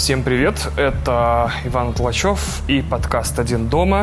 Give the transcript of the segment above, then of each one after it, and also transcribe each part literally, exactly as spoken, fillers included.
Всем привет, это Иван Тлачев и подкаст «Один дома».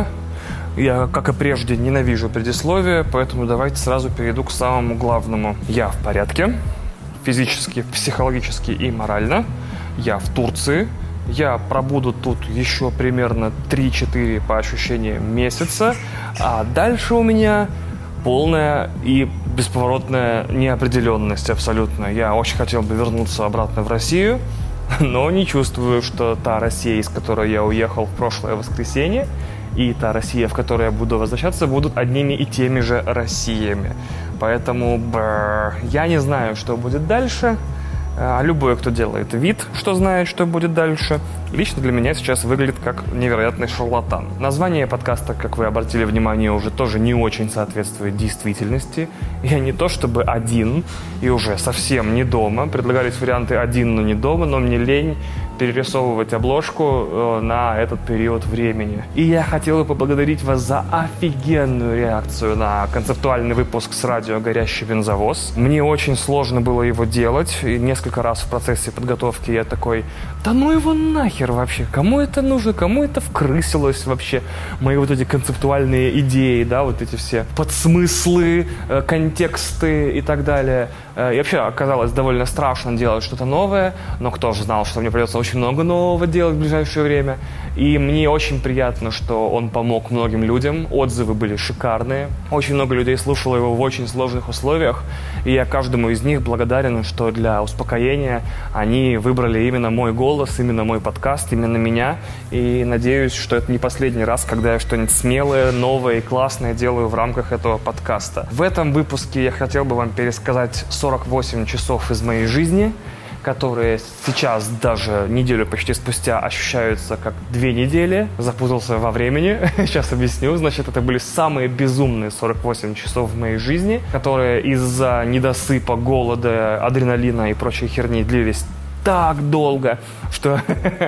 Я, как и прежде, ненавижу предисловие, поэтому давайте сразу перейду к самому главному. Я в порядке, физически, психологически и морально. Я в Турции. Я пробуду тут еще примерно три-четыре, по ощущениям, месяца. А дальше у меня полная и бесповоротная неопределенность абсолютно. Я очень хотел бы вернуться обратно в Россию, но не чувствую, что та Россия, из которой я уехал в прошлое воскресенье, и та Россия, в которой я буду возвращаться, будут одними и теми же Россиями. Поэтому бррр, я не знаю, что будет дальше. А любой, кто делает вид, что знает, что будет дальше, лично для меня сейчас выглядит как невероятный шарлатан. Название подкаста, как вы обратили внимание, уже тоже не очень соответствует действительности. Я не то чтобы один и уже совсем не дома. Предлагались варианты один, но не дома, но мне лень перерисовывать обложку на этот период времени. И я хотел бы поблагодарить вас за офигенную реакцию на концептуальный выпуск с радио «Горящий бензовоз». Мне очень сложно было его делать, и несколько раз в процессе подготовки я такой: да ну его нахер вообще, кому это нужно, кому это вкрысилось вообще, мои вот эти концептуальные идеи, да, вот эти все подсмыслы, контексты и так далее. И вообще оказалось довольно страшно делать что-то новое, но кто же знал, что мне придется очень много нового делать в ближайшее время. И мне очень приятно, что он помог многим людям. Отзывы были шикарные. Очень много людей слушало его в очень сложных условиях. И я каждому из них благодарен, что для успокоения они выбрали именно мой голос, именно мой подкаст, именно меня. И надеюсь, что это не последний раз, когда я что-нибудь смелое, новое и классное делаю в рамках этого подкаста. В этом выпуске я хотел бы вам пересказать сорок восемь часов из моей жизни, которые сейчас, даже неделю почти спустя, ощущаются как две недели. Запутался во времени. Сейчас объясню. Значит, это были самые безумные сорок восемь часов в моей жизни, которые из-за недосыпа, голода, адреналина и прочей херни длились так долго, что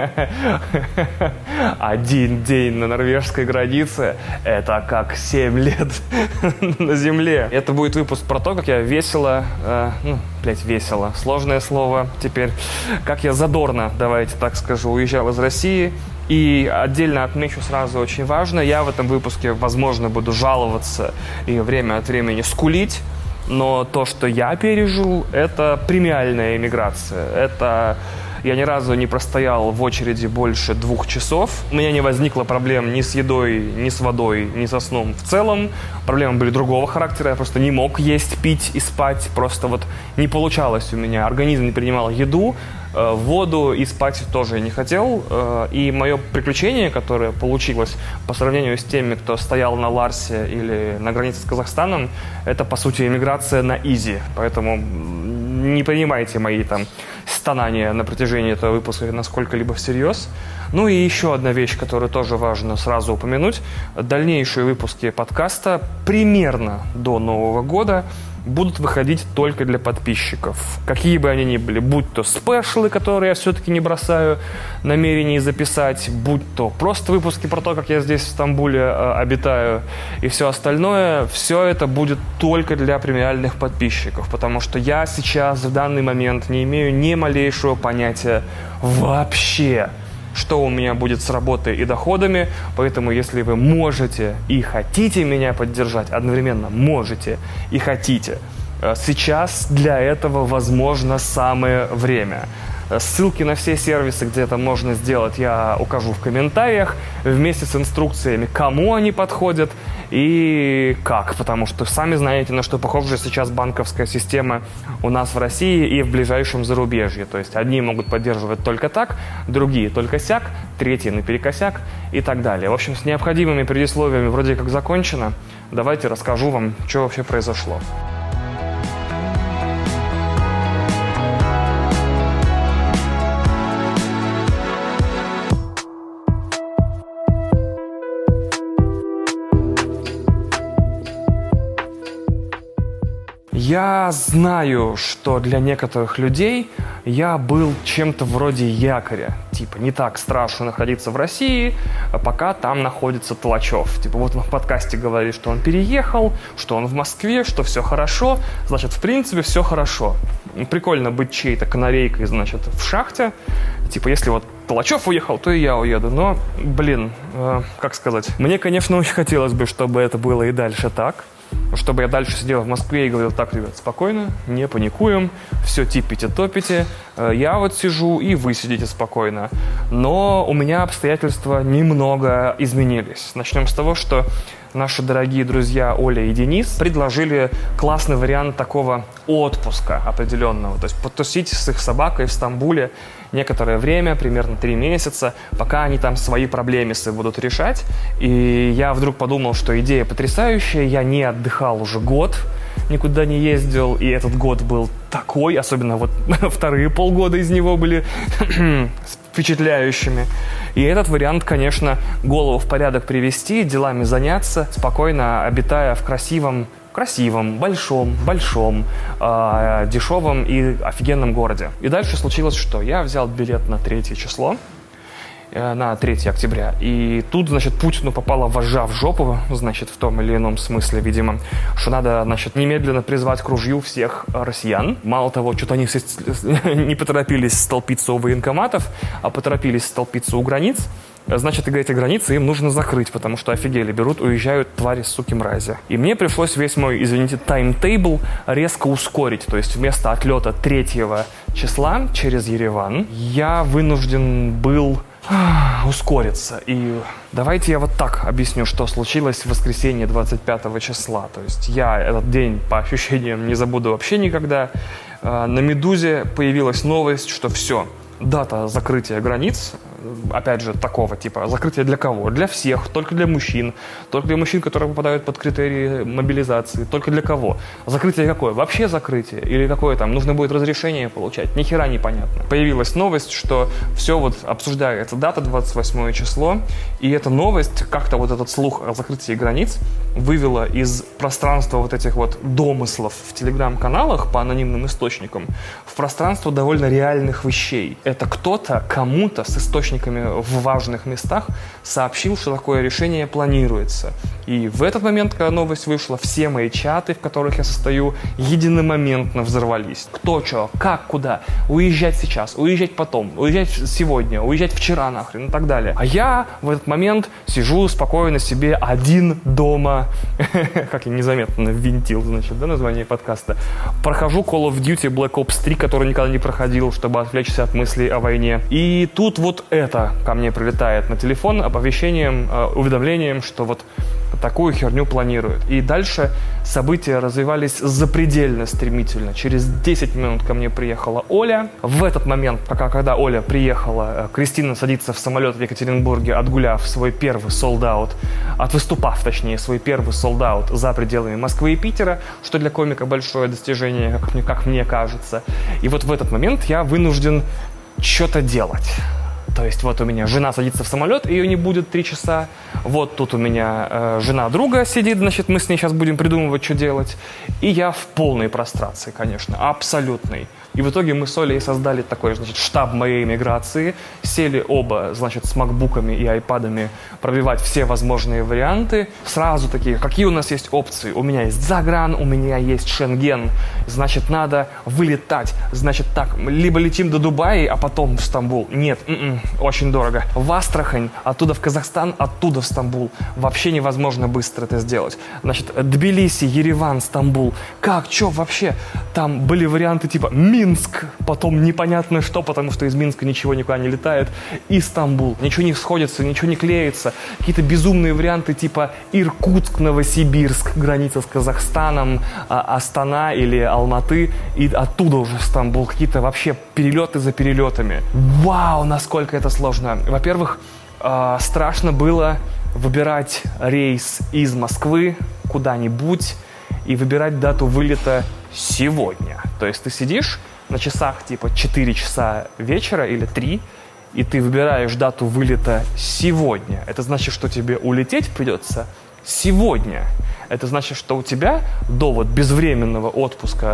один день на норвежской границе — это как семь лет на земле. Это будет выпуск про то, как я весело, э, ну, блять, весело, сложное слово теперь, как я задорно, давайте так скажу, уезжал из России. И отдельно отмечу сразу очень важно, я в этом выпуске, возможно, буду жаловаться и время от времени скулить. Но то, что я пережил, это премиальная эмиграция. Это я ни разу не простоял в очереди больше двух часов. У меня не возникло проблем ни с едой, ни с водой, ни со сном в целом. Проблемы были другого характера. Я просто не мог есть, пить и спать. Просто вот не получалось у меня. Организм не принимал еду, воду, и спать тоже не хотел. И мое приключение, которое получилось по сравнению с теми, кто стоял на Ларсе или на границе с Казахстаном, это, по сути, эмиграция на изи. Поэтому не принимайте мои там стонания на протяжении этого выпуска насколько-либо всерьез. Ну и еще одна вещь, которую тоже важно сразу упомянуть. Дальнейшие выпуски подкаста примерно до Нового года будут выходить только для подписчиков. Какие бы они ни были, будь то спешлы, которые я все-таки не бросаю намерений записать, будь то просто выпуски про то, как я здесь в Стамбуле э, обитаю, и все остальное, все это будет только для премиальных подписчиков, потому что я сейчас в данный момент не имею ни малейшего понятия вообще, что у меня будет с работой и доходами. Поэтому, если вы можете и хотите меня поддержать, одновременно можете и хотите, сейчас для этого, возможно, самое время. Ссылки на все сервисы, где это можно сделать, я укажу в комментариях вместе с инструкциями, кому они подходят и как. Потому что сами знаете, на что похожа сейчас банковская система у нас в России и в ближайшем зарубежье. То есть одни могут поддерживать только так, другие только сяк, третьи наперекосяк и так далее. В общем, с необходимыми предисловиями вроде как закончено. Давайте расскажу вам, что вообще произошло. Я знаю, что для некоторых людей я был чем-то вроде якоря. Типа, не так страшно находиться в России, пока там находится Толачев. Типа, вот он в подкасте говорит, что он переехал, что он в Москве, что все хорошо. Значит, в принципе, все хорошо. Прикольно быть чьей-то канарейкой, значит, в шахте. Типа, если вот Толачев уехал, то и я уеду. Но, блин, э, как сказать, мне, конечно, очень хотелось бы, чтобы это было и дальше так. Чтобы я дальше сидел в Москве и говорил: так, ребят, спокойно, не паникуем, все типите-топите, я вот сижу, и вы сидите спокойно. Но у меня обстоятельства немного изменились. Начнем с того, что наши дорогие друзья Оля и Денис предложили классный вариант такого отпуска определенного. То есть потусить с их собакой в Стамбуле некоторое время, примерно три месяца, пока они там свои проблемисы будут решать. И я вдруг подумал, что идея потрясающая. Я не отдыхал уже год, никуда не ездил, и этот год был такой, особенно вот вторые полгода из него были впечатляющими. И этот вариант, конечно, голову в порядок привести, делами заняться, спокойно обитая в красивом, красивом, большом, большом, э, дешевом и офигенном городе. И дальше случилось, что я взял билет на третье число, э, на третье октября. И тут, значит, Путину попала вожжа в жопу, значит, в том или ином смысле, видимо, что надо, значит, немедленно призвать к ружью всех россиян. Мало того, что-то они все не поторопились столпиться у военкоматов, а поторопились столпиться у границ. Значит, и эти границы им нужно закрыть, потому что офигели, берут, уезжают твари, суки, мрази. И мне пришлось весь мой, извините, таймтейбл резко ускорить. То есть вместо отлета третьего числа через Ереван я вынужден был ускориться. И давайте я вот так объясню, что случилось в воскресенье двадцать пятого числа. То есть я этот день, по ощущениям, не забуду вообще никогда. На «Медузе» появилась новость, что все, дата закрытия границ, опять же, такого типа, закрытие для кого? Для всех, только для мужчин, только для мужчин, которые попадают под критерии мобилизации, только для кого? Закрытие какое? Вообще закрытие? Или какое там? Нужно будет разрешение получать? Ни хера непонятно. Появилась новость, что все вот обсуждается дата, двадцать восьмое число, и эта новость, как-то вот этот слух о закрытии границ вывела из пространства вот этих вот домыслов в телеграм-каналах по анонимным источникам в пространство довольно реальных вещей. Это кто-то кому-то с источниками в важных местах сообщил, что такое решение планируется. И в этот момент, когда новость вышла, все мои чаты, в которых я состою, единомоментно взорвались. Кто, что, как, куда, уезжать сейчас, уезжать потом, уезжать сегодня, уезжать вчера нахрен и так далее. А я в этот момент сижу спокойно себе один дома, как я незаметно ввинтил, значит, да, название подкаста, прохожу Call of Duty Black Ops три, который никогда не проходил, чтобы отвлечься от мыслей о войне. И тут вот это ко мне прилетает на телефон оповещением, э, уведомлением, что вот такую херню планируют. И дальше события развивались запредельно стремительно. Через десять минут ко мне приехала Оля. В этот момент, пока когда Оля приехала, Кристина садится в самолет в Екатеринбурге, отгуляв свой первый солд-аут, отвыступав, точнее, свой первый солд-аут за пределами Москвы и Питера, что для комика большое достижение, как мне, как мне кажется. И вот в этот момент я вынужден что-то делать. То есть вот у меня жена садится в самолет, ее не будет три часа. Вот тут у меня э, жена друга сидит, значит, мы с ней сейчас будем придумывать, что делать. И я в полной прострации, конечно, абсолютной. И в итоге мы с Олей создали такой, значит, штаб моей миграции. Сели оба, значит, с макбуками и айпадами пробивать все возможные варианты. Сразу такие, какие у нас есть опции? У меня есть загран, у меня есть Шенген. Значит, надо вылетать. Значит, так, либо летим до Дубая, а потом в Стамбул. Нет, м-м, очень дорого. В Астрахань, оттуда в Казахстан, оттуда в Стамбул. Вообще невозможно быстро это сделать. Значит, Тбилиси, Ереван, Стамбул. Как, что вообще? Там были варианты типа Минск, потом непонятно что, потому что из Минска ничего никуда не летает, и Стамбул. Ничего не сходится, ничего не клеится. Какие-то безумные варианты типа Иркутск, Новосибирск, граница с Казахстаном, Астана или Алматы, и оттуда уже Стамбул. Какие-то вообще перелеты за перелетами. Вау, насколько это сложно. Во-первых, э, страшно было выбирать рейс из Москвы куда-нибудь и выбирать дату вылета сегодня. То есть ты сидишь на часах типа четыре часа вечера или три, и ты выбираешь дату вылета сегодня. Это значит, что тебе улететь придется сегодня. Это значит, что у тебя до вот безвременного отпуска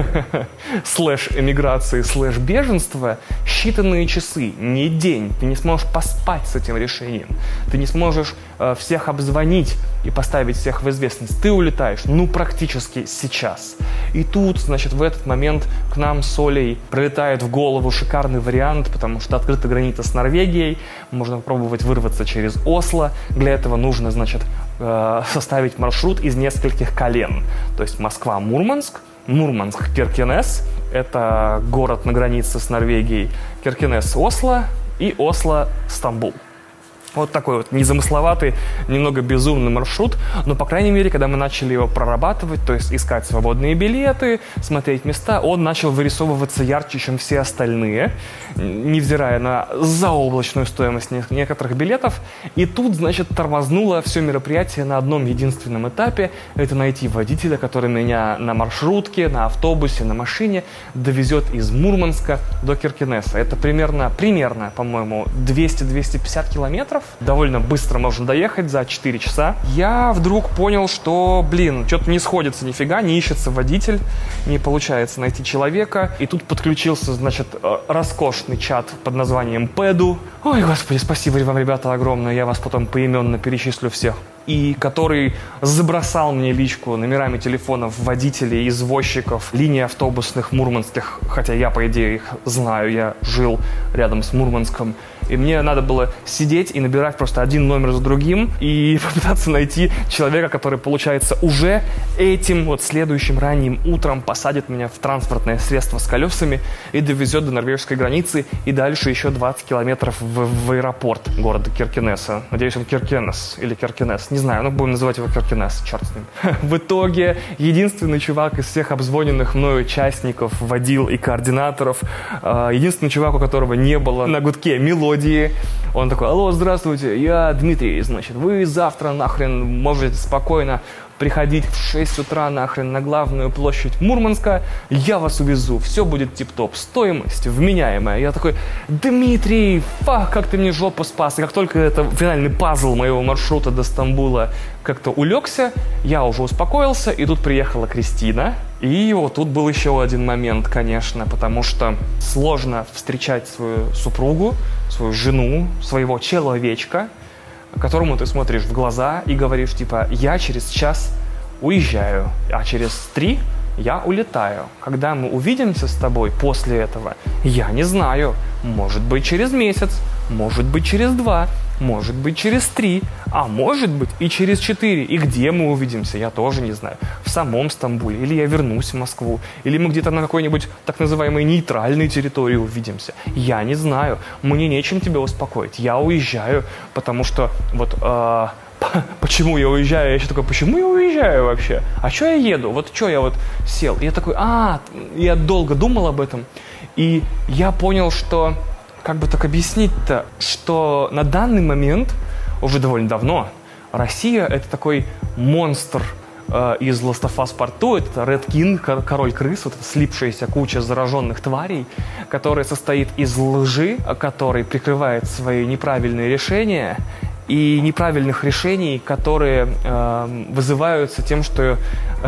слэш эмиграции, слэш беженства считанные часы, не день. Ты не сможешь поспать с этим решением. Ты не сможешь э, всех обзвонить и поставить всех в известность. Ты улетаешь, ну, практически сейчас. И тут, значит, в этот момент к нам с Олей прилетает в голову шикарный вариант, потому что открыта граница с Норвегией, можно попробовать вырваться через Осло. Для этого нужно, значит, э, составить маршрут из нескольких колен. То есть Москва-Мурманск, Мурманск-Киркенес, это город на границе с Норвегией, Киркенес-Осло и Осло-Стамбул. Вот такой вот незамысловатый, немного безумный маршрут, но, по крайней мере, когда мы начали его прорабатывать, то есть искать свободные билеты, смотреть места, он начал вырисовываться ярче, чем все остальные, невзирая на заоблачную стоимость некоторых билетов. И тут, значит, тормознуло все мероприятие на одном единственном этапе. Это найти водителя, который меня на маршрутке, на автобусе, на машине довезет из Мурманска до Киркенеса. Это примерно, примерно, по-моему, двести-двести пятьдесят километров. Довольно быстро можно доехать, за четыре часа. Я вдруг понял, что, блин, что-то не сходится нифига, не ищется водитель, не получается найти человека. И тут подключился, значит, роскошный чат под названием Пэду. Ой, господи, спасибо вам, ребята, огромное, я вас потом поименно перечислю всех. И который забросал мне личку номерами телефонов водителей, извозчиков, линий автобусных мурманских, хотя я, по идее, их знаю, я жил рядом с Мурманском. И мне надо было сидеть и набирать просто один номер за другим и попытаться найти человека, который, получается, уже этим вот следующим ранним утром посадит меня в транспортное средство с колесами и довезет до норвежской границы и дальше еще двадцать километров в, в аэропорт города Киркенеса. Надеюсь, он Киркенес или Киркенес. Не знаю, но будем называть его Киркенес, черт с ним. В итоге единственный чувак из всех обзвоненных мною участников, водил и координаторов, единственный чувак, у которого не было на гудке мелодии, он такой: алло, здравствуйте, я Дмитрий, значит, вы завтра нахрен можете спокойно приходить в шесть утра нахрен на главную площадь Мурманска, я вас увезу, все будет тип-топ, стоимость вменяемая. Я такой: Дмитрий, фак, как ты мне жопу спас. И как только это финальный пазл моего маршрута до Стамбула как-то улегся, я уже успокоился, и тут приехала Кристина. И вот тут был еще один момент, конечно, потому что сложно встречать свою супругу, свою жену, своего человечка, которому ты смотришь в глаза и говоришь, типа, я через час уезжаю, а через три я улетаю. Когда мы увидимся с тобой после этого, я не знаю. Может быть, через месяц, может быть, через два, может быть, через три, а может быть и через четыре. И где мы увидимся, я тоже не знаю. В самом Стамбуле, или я вернусь в Москву, или мы где-то на какой-нибудь так называемой нейтральной территории увидимся. Я не знаю. Мне нечем тебя успокоить. Я уезжаю, потому что вот... Э- Почему я уезжаю? Я еще такой: почему я уезжаю вообще? А что я еду? Вот что я вот сел? И я такой: а, я долго думал об этом. И я понял, что, как бы так объяснить-то, что на данный момент, уже довольно давно, Россия — это такой монстр э, из Last of Us Part два, это Red King, король крыс, вот эта слипшаяся куча зараженных тварей, которая состоит из лжи, который прикрывает свои неправильные решения, и неправильных решений, которые э, вызываются тем, что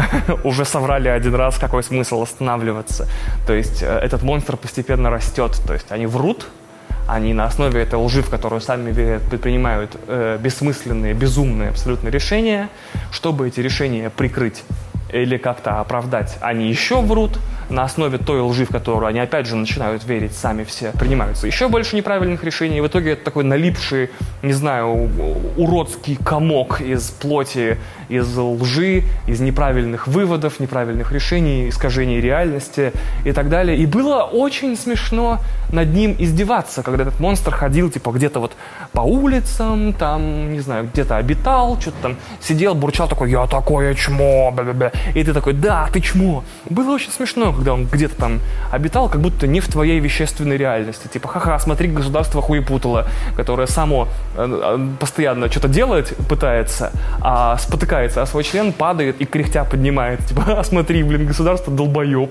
уже соврали один раз, какой смысл останавливаться. То есть э, этот монстр постепенно растет. То есть они врут, они на основе этой лжи, в которую сами верят, предпринимают э, бессмысленные, безумные абсолютно решения. Чтобы эти решения прикрыть или как-то оправдать, они еще врут. На основе той лжи, в которую они опять же начинают верить сами все, принимаются еще больше неправильных решений. И в итоге это такой налипший, не знаю, уродский комок из плоти, из лжи, из неправильных выводов, неправильных решений, искажений реальности и так далее. И было очень смешно над ним издеваться, когда этот монстр ходил типа где-то вот по улицам, там, не знаю, где-то обитал, что-то там сидел, бурчал такой: я такое чмо, бля-бля-бля. И ты такой: да, ты чмо. Было очень смешно, когда он где-то там обитал, как будто не в твоей вещественной реальности. Типа, ха-ха, смотри, государство хуепутало, которое само постоянно что-то делает, пытается, а спотыкается, а свой член падает и кряхтя поднимает. Типа, а смотри, блин, государство долбоеб.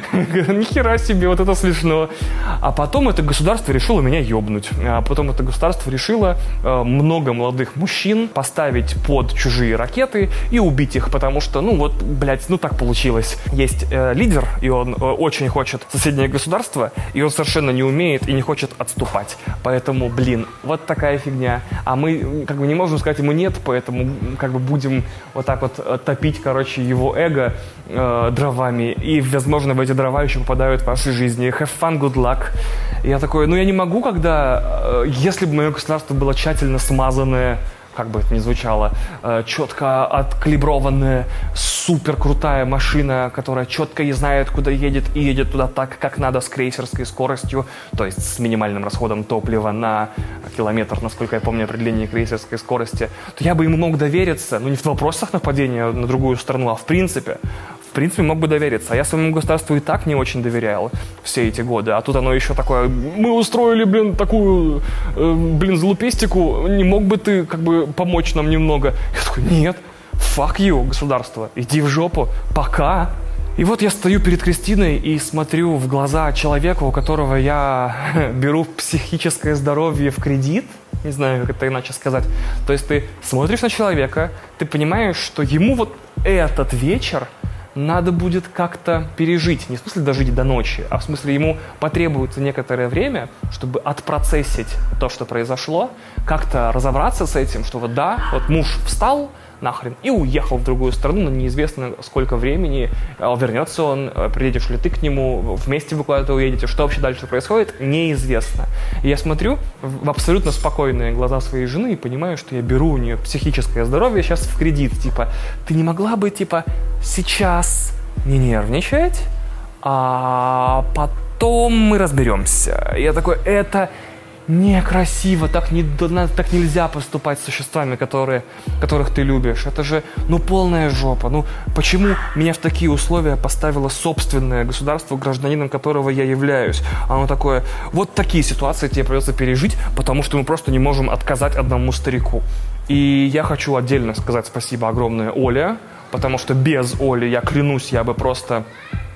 Нихера себе, вот это смешно. А потом это государство решило меня ебнуть. А потом это государство решило э, много молодых мужчин поставить под чужие ракеты и убить их, потому что, ну вот, блядь, ну так получилось. Есть э, лидер, и он э, очень хочет соседнее государство, и он совершенно не умеет и не хочет отступать. Поэтому, блин, вот такая фигня. А мы как бы не можем сказать ему нет, поэтому как бы будем вот так вот топить, короче, его эго э, дровами. И, возможно, в эти дрова еще попадают в вашей жизни. Have fun, good luck. И я такой, ну я не могу, когда, э, если бы мое государство было тщательно смазанное, как бы это ни звучало, э, четко откалиброванная, супер крутая машина, которая четко и знает, куда едет, и едет туда так, как надо, с крейсерской скоростью, то есть с минимальным расходом топлива на километр, насколько я помню определение крейсерской скорости, то я бы ему мог довериться, ну не в вопросах нападения на другую страну, а в принципе. В принципе, мог бы довериться. А я своему государству и так не очень доверял все эти годы. А тут оно еще такое, мы устроили, блин, такую, э, блин, залупестику, не мог бы ты, как бы, помочь нам немного? Я такой, нет, fuck you, государство, иди в жопу, пока. И вот я стою перед Кристиной и смотрю в глаза человеку, у которого я беру психическое здоровье в кредит. Не знаю, как это иначе сказать. То есть ты смотришь на человека, ты понимаешь, что ему вот этот вечер надо будет как-то пережить. Не в смысле дожить до ночи, а в смысле ему потребуется некоторое время, чтобы отпроцессить то, что произошло, как-то разобраться с этим, что вот да, вот муж встал нахрен и уехал в другую страну на неизвестно сколько времени, вернется он, приедешь ли ты к нему, вместе вы куда-то уедете, что вообще дальше происходит, неизвестно. И я смотрю в абсолютно спокойные глаза своей жены и понимаю, что я беру у нее психическое здоровье сейчас в кредит, типа, ты не могла бы, типа, сейчас не нервничать, а потом мы разберемся. Я такой, это некрасиво, так, не, так нельзя поступать с существами, которые, которых ты любишь. Это же, ну, полная жопа. Ну, почему меня в такие условия поставило собственное государство, гражданином которого я являюсь? Оно такое, вот такие ситуации тебе придется пережить, потому что мы просто не можем отказать одному старику. И я хочу отдельно сказать спасибо огромное Оле, потому что без Оли, я клянусь, я бы просто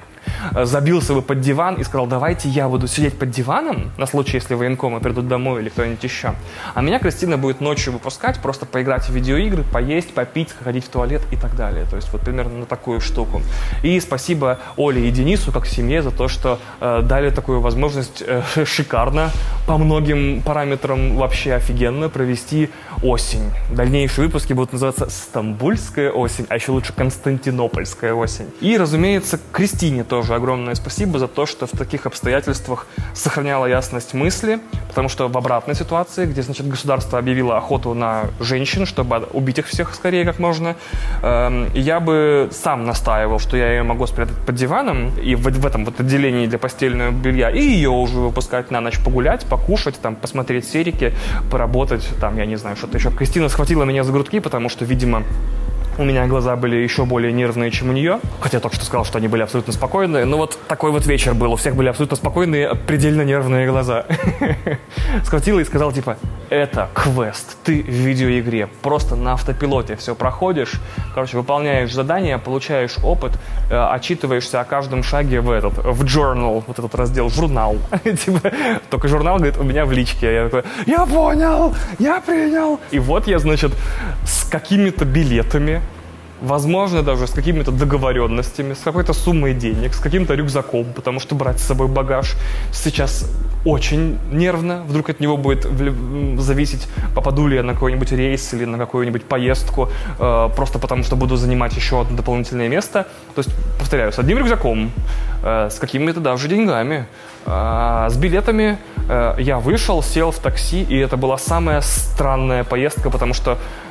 забился бы под диван и сказал, давайте я буду сидеть под диваном на случай, если военкомы придут домой или кто-нибудь еще. А меня Кристина будет ночью выпускать, просто поиграть в видеоигры, поесть, попить, ходить в туалет и так далее. То есть вот примерно на такую штуку. И спасибо Оле и Денису, как семье, за то, что э, дали такую возможность э, шикарно, по многим параметрам вообще офигенно провести осень. Дальнейшие выпуски будут называться «Стамбульская осень», а еще лучше «Константинопольская осень». И, разумеется, Кристине тоже огромное спасибо за то, что в таких обстоятельствах сохраняла ясность мысли, потому что в обратной ситуации, где, значит, государство объявило охоту на женщин, чтобы убить их всех скорее как можно, э, я бы сам настаивал, что я ее могу спрятать под диваном и в, в этом вот отделении для постельного белья, и ее уже выпускать на ночь погулять, покушать, там, посмотреть серики, поработать, там, я не знаю, что-то еще. Кристина схватила меня за грудки, потому что, видимо, у меня глаза были еще более нервные, чем у нее. Хотя я только что сказал, что они были абсолютно спокойные. Но вот такой вот вечер был. У всех были абсолютно спокойные, предельно нервные глаза. Схватила и сказала, типа, это квест. Ты в видеоигре. Просто на автопилоте все проходишь. Короче, выполняешь задания, получаешь опыт, отчитываешься о каждом шаге в этот, в journal, вот этот раздел, журнал. Типа, только журнал, говорит, у меня в личке. Я такой, я понял, я принял. И вот я, значит, с какими-то билетами, возможно, даже с какими-то договоренностями, с какой-то суммой денег, с каким-то рюкзаком, потому что брать с собой багаж сейчас очень нервно. Вдруг от него будет зависеть, попаду ли я на какой-нибудь рейс или на какую-нибудь поездку, э, просто потому что буду занимать еще одно дополнительное место. То есть, повторяю, с одним рюкзаком, э, с какими-то даже деньгами, э, с билетами. Э, я вышел, сел в такси, и это была самая странная поездка, потому что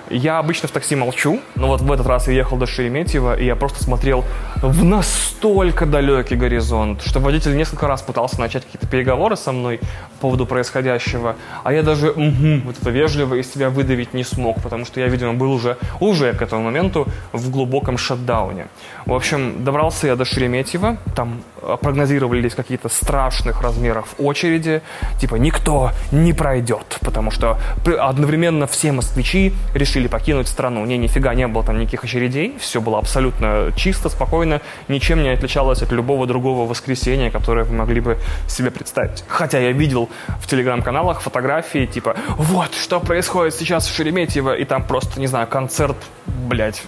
Я обычно в такси молчу, но вот в этот раз я ехал до Шереметьево, и я просто смотрел в настолько далекий горизонт, что водитель несколько раз пытался начать какие-то переговоры со мной по поводу происходящего, а я даже угу, вот это вежливо из себя выдавить не смог, потому что я, видимо, был уже, уже к этому моменту в глубоком шатдауне. В общем, добрался я до Шереметьево, там прогнозировались какие-то страшных размеров очереди, типа никто не пройдет, потому что одновременно все москвичи решили покинуть страну. Не, нифига не было там никаких очередей, все было абсолютно чисто, спокойно, ничем не отличалось от любого другого воскресенья, которое вы могли бы себе представить. Хотя я видел в телеграм-каналах фотографии, типа, вот, что происходит сейчас в Шереметьево, и там просто, не знаю, концерт, блядь,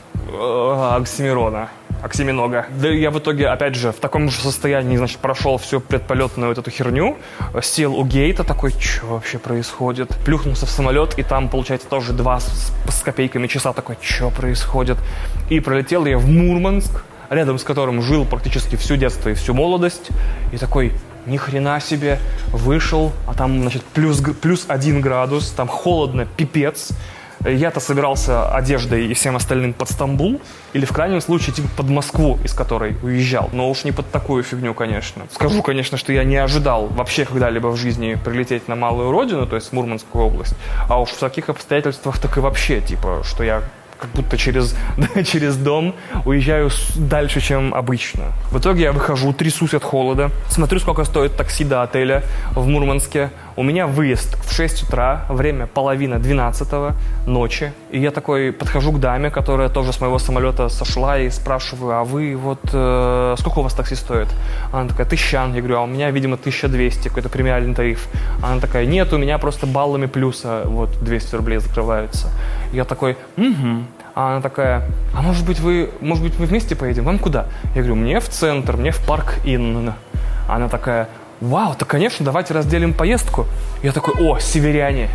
Оксимирона. Оксиминога. Да я в итоге, опять же, в таком же состоянии, значит, прошел всю предполетную вот эту херню, сел у гейта, такой, что вообще происходит? Плюхнулся в самолет, и там, получается, тоже два с, с копейками часа, такой, что происходит? И пролетел я в Мурманск, рядом с которым жил практически всю детство и всю молодость, и такой, ни хрена себе, вышел, а там, значит, плюс, плюс один градус, там холодно, пипец. Я-то собирался одеждой и всем остальным под Стамбул, или в крайнем случае типа под Москву, из которой уезжал. Но уж не под такую фигню, конечно. Скажу, конечно, что я не ожидал вообще когда-либо в жизни прилететь на малую родину, то есть в Мурманскую область. А уж в таких обстоятельствах так и вообще, типа, что я как будто через, да, через дом уезжаю дальше, чем обычно. В итоге я выхожу, трясусь от холода, смотрю, сколько стоит такси до отеля в Мурманске. У меня выезд в шесть утра, время половина двенадцатого ночи. И я такой подхожу к даме, которая тоже с моего самолета сошла, и спрашиваю, а вы вот, э, сколько у вас такси стоит? Она такая, тысячан. Я говорю, а у меня, видимо, тысяча двести, какой-то премиальный тариф. Она такая, нет, у меня просто баллами плюса вот двести рублей закрываются. Я такой, угу. А она такая, а может быть вы, может быть мы вместе поедем? Вам куда? Я говорю, мне в центр, мне в Парк Инн. Она такая, вау, так, конечно, давайте разделим поездку. Я такой, о, северяне,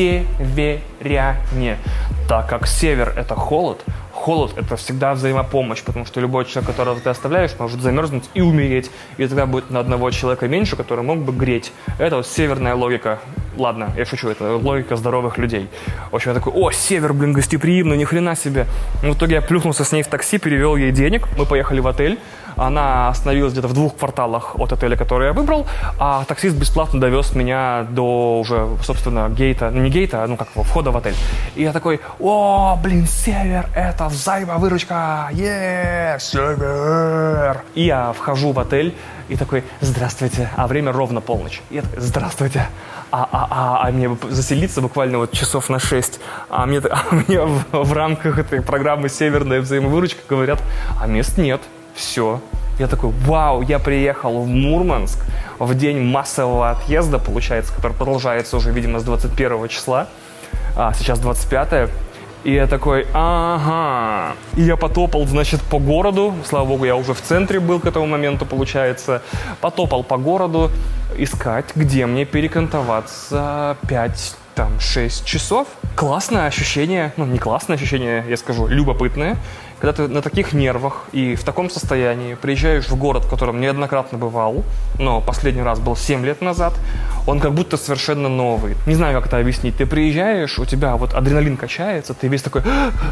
северяне. Так как север – это холод, холод – это всегда взаимопомощь, потому что любой человек, которого ты оставляешь, может замерзнуть и умереть. И тогда будет на одного человека меньше, который мог бы греть. Это вот северная логика. Ладно, я шучу, это логика здоровых людей. В общем, я такой, о, север, блин, гостеприимный, ни хрена себе. В итоге я плюхнулся с ней в такси, перевел ей денег, мы поехали в отель. Она остановилась где-то в двух кварталах от отеля, который я выбрал, а таксист бесплатно довез меня до уже, собственно, гейта, ну не гейта, а ну как входа в отель. И я такой, о, блин, север, это взаимовыручка, е, север. И я вхожу в отель и такой, здравствуйте, а время ровно полночь. И я такой, здравствуйте. А, а, а, а мне заселиться буквально вот часов на шесть, а мне, а мне в, в рамках этой программы «Северная взаимовыручка» говорят, а мест нет, все. Я такой, вау, я приехал в Мурманск в день массового отъезда, получается, который продолжается уже, видимо, с двадцать первого числа, а сейчас двадцать пятое. И я такой, ага. И я потопал, значит, по городу. Слава богу, я уже в центре был к этому моменту, получается. Потопал по городу искать, где мне перекантоваться пять, там, шесть часов. Классное ощущение, ну, не классное ощущение, я скажу, любопытное. Когда ты на таких нервах и в таком состоянии приезжаешь в город, в котором неоднократно бывал, но последний раз был семь лет назад, он как будто совершенно новый. Не знаю, как это объяснить. Ты приезжаешь, у тебя вот адреналин качается, ты весь такой...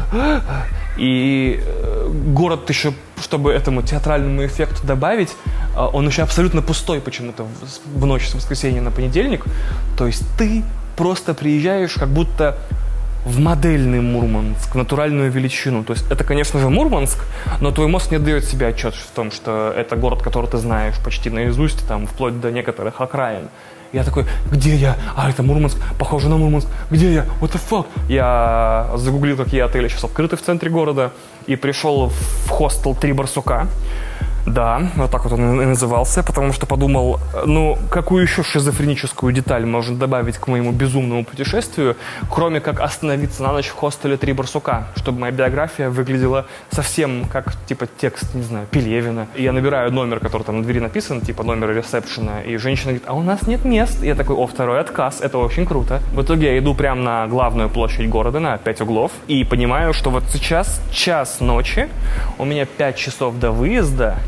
И город еще, чтобы этому театральному эффекту добавить, он еще абсолютно пустой почему-то в ночь с воскресенья на понедельник. То есть ты просто приезжаешь как будто... в модельный Мурманск, в натуральную величину. То есть это, конечно же, Мурманск, но твой мозг не отдает себе отчет в том, что это город, который ты знаешь почти наизусть, там, вплоть до некоторых окраин. Я такой, где я? А, это Мурманск, похоже на Мурманск. Где я? What the fuck? Я загуглил, какие отели сейчас открыты в центре города, и пришел в хостел «Три барсука». Да, вот так вот он и назывался, потому что подумал, ну, какую еще шизофреническую деталь можно добавить к моему безумному путешествию, кроме как остановиться на ночь в хостеле «Три барсука», чтобы моя биография выглядела совсем как, типа, текст, не знаю, Пелевина. И я набираю номер, который там на двери написан, типа, номер ресепшена, и женщина говорит, а у нас нет мест. И я такой, о, второй отказ, это очень круто. В итоге я иду прямо на главную площадь города, на пять углов, и понимаю, что вот сейчас час ночи, у меня пять часов до выезда,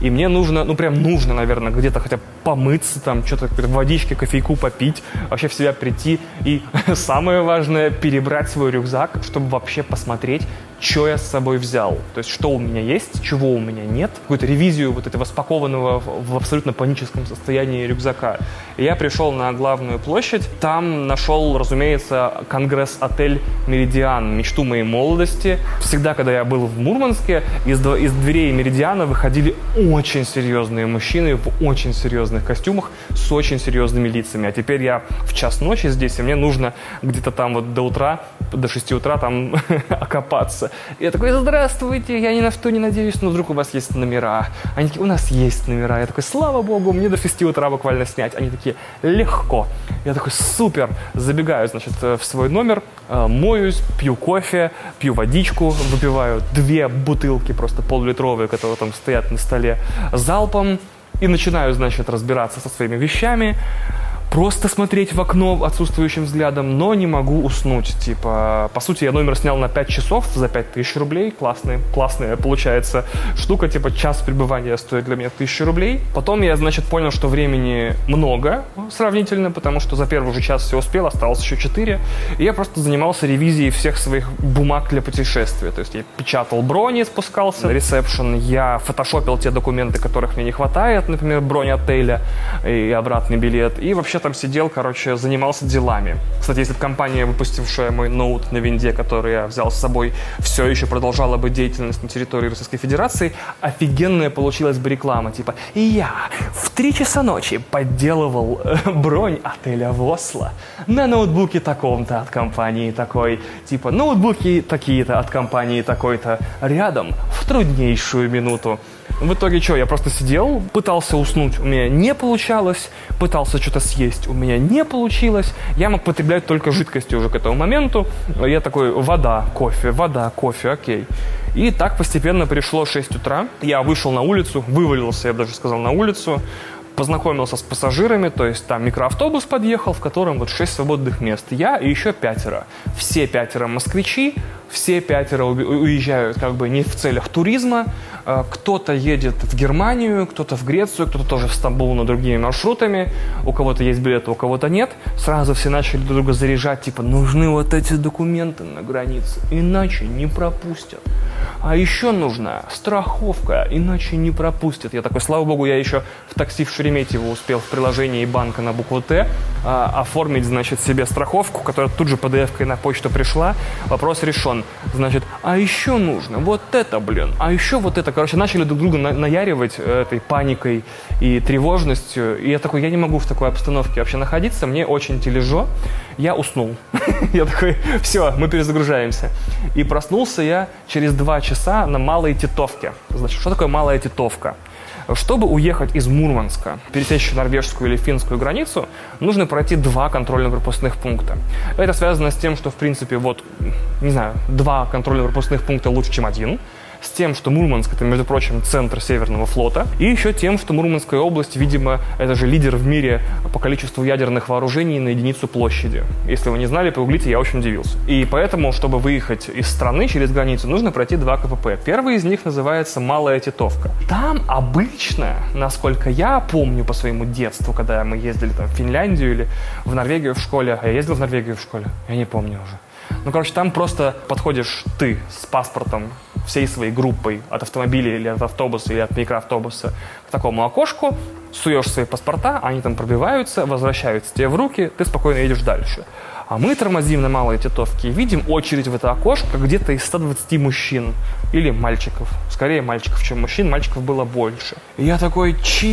и мне нужно, ну прям нужно, наверное, где-то хотя бы помыться, там что-то, какой-то водички, кофейку попить, вообще в себя прийти и самое важное, перебрать свой рюкзак, чтобы вообще посмотреть, что я с собой взял. То есть, что у меня есть, чего у меня нет. Какую-то ревизию вот этого спакованного в абсолютно паническом состоянии рюкзака. И я пришел на главную площадь. Там нашел, разумеется, конгресс-отель «Меридиан», мечту моей молодости. Всегда, когда я был в Мурманске, из, из дверей «Меридиана» выходили очень серьезные мужчины в очень серьезных костюмах с очень серьезными лицами. А теперь я в час ночи здесь, и мне нужно где-то там вот до утра, до шести утра там окопаться. Я такой: здравствуйте, я ни на что не надеюсь, но вдруг у вас есть номера. Они такие: у нас есть номера. Я такой: слава богу, мне до шести утра буквально снять. Они такие: легко. Я такой: супер. Забегаю, значит, в свой номер, моюсь, пью кофе, пью водичку, выпиваю две бутылки просто полулитровые, которые там стоят на столе, залпом, и начинаю, значит, разбираться со своими вещами. Просто смотреть в окно отсутствующим взглядом, но не могу уснуть. Типа, по сути, я номер снял на пять часов за пять тысяч рублей. Классная, классная получается штука. Типа, час пребывания стоит для меня тысячу рублей. Потом я, значит, понял, что времени много сравнительно, потому что за первый же час все успел, осталось еще четыре. И я просто занимался ревизией всех своих бумаг для путешествия. То есть я печатал брони, спускался на ресепшн, я фотошопил те документы, которых мне не хватает, например, бронь отеля и обратный билет. И вообще там сидел, короче, занимался делами. Кстати, если бы компания, выпустившая мой ноут на винде, который я взял с собой, все еще продолжала бы деятельность на территории Российской Федерации, офигенная получилась бы реклама. Типа: и я в три часа ночи подделывал э, бронь отеля в Осло на ноутбуке таком-то от компании такой. Типа, ноутбуки такие-то от компании такой-то рядом в труднейшую минуту. В итоге что, я просто сидел, пытался уснуть, у меня не получалось, пытался что-то съесть, у меня не получилось. Я мог потреблять только жидкости уже к этому моменту. Я такой: вода, кофе, вода, кофе, окей. И так постепенно пришло шесть утра. Я вышел на улицу, вывалился, я бы даже сказал, на улицу. Познакомился с пассажирами, то есть там микроавтобус подъехал, в котором вот шесть свободных мест. Я и еще пятеро. Все пятеро москвичи, все пятеро уезжают как бы не в целях туризма. Кто-то едет в Германию, кто-то в Грецию, кто-то тоже в Стамбул, но другими маршрутами. У кого-то есть билеты, у кого-то нет. Сразу все начали друг друга заряжать, типа: нужны вот эти документы на границе, иначе не пропустят. А еще нужна страховка, иначе не пропустят. Я такой: слава богу, я еще в такси в Шереметьево успел в приложении банка на букву Т а, оформить, значит, себе страховку, которая тут же пи ди эф-кой на почту пришла. Вопрос решен. Значит, а еще нужно вот это, блин, а еще вот это. Короче, начали друг друга на- наяривать этой паникой и тревожностью. И я такой: я не могу в такой обстановке вообще находиться, мне очень тяжело. Я уснул. Я такой: все, мы перезагружаемся. И проснулся я через два часа на Малой Титовке. Значит, что такое Малая Титовка? Чтобы уехать из Мурманска, пересечь норвежскую или финскую границу, нужно пройти два контрольно-пропускных пункта. Это связано с тем, что, в принципе, вот, не знаю, два контрольно-пропускных пункта лучше, чем один. С тем, что Мурманск — это, между прочим, центр Северного флота. И еще тем, что Мурманская область, видимо, это же лидер в мире по количеству ядерных вооружений на единицу площади. Если вы не знали, погуглите, я очень удивился. И поэтому, чтобы выехать из страны через границу, нужно пройти два ка пэ пэ. Первый из них называется Малая Титовка. Там обычно, насколько я помню по своему детству, когда мы ездили там в Финляндию или в Норвегию в школе, а я ездил в Норвегию в школе, я не помню уже. Ну, короче, там просто подходишь ты с паспортом всей своей группой от автомобиля или от автобуса, или от микроавтобуса к такому окошку, суешь свои паспорта, они там пробиваются, возвращаются тебе в руки, ты спокойно едешь дальше. А мы тормозим на Малой Титовке и видим очередь в это окошко где-то из ста двадцати мужчин или мальчиков. Скорее мальчиков, чем мужчин, мальчиков было больше. И я такой: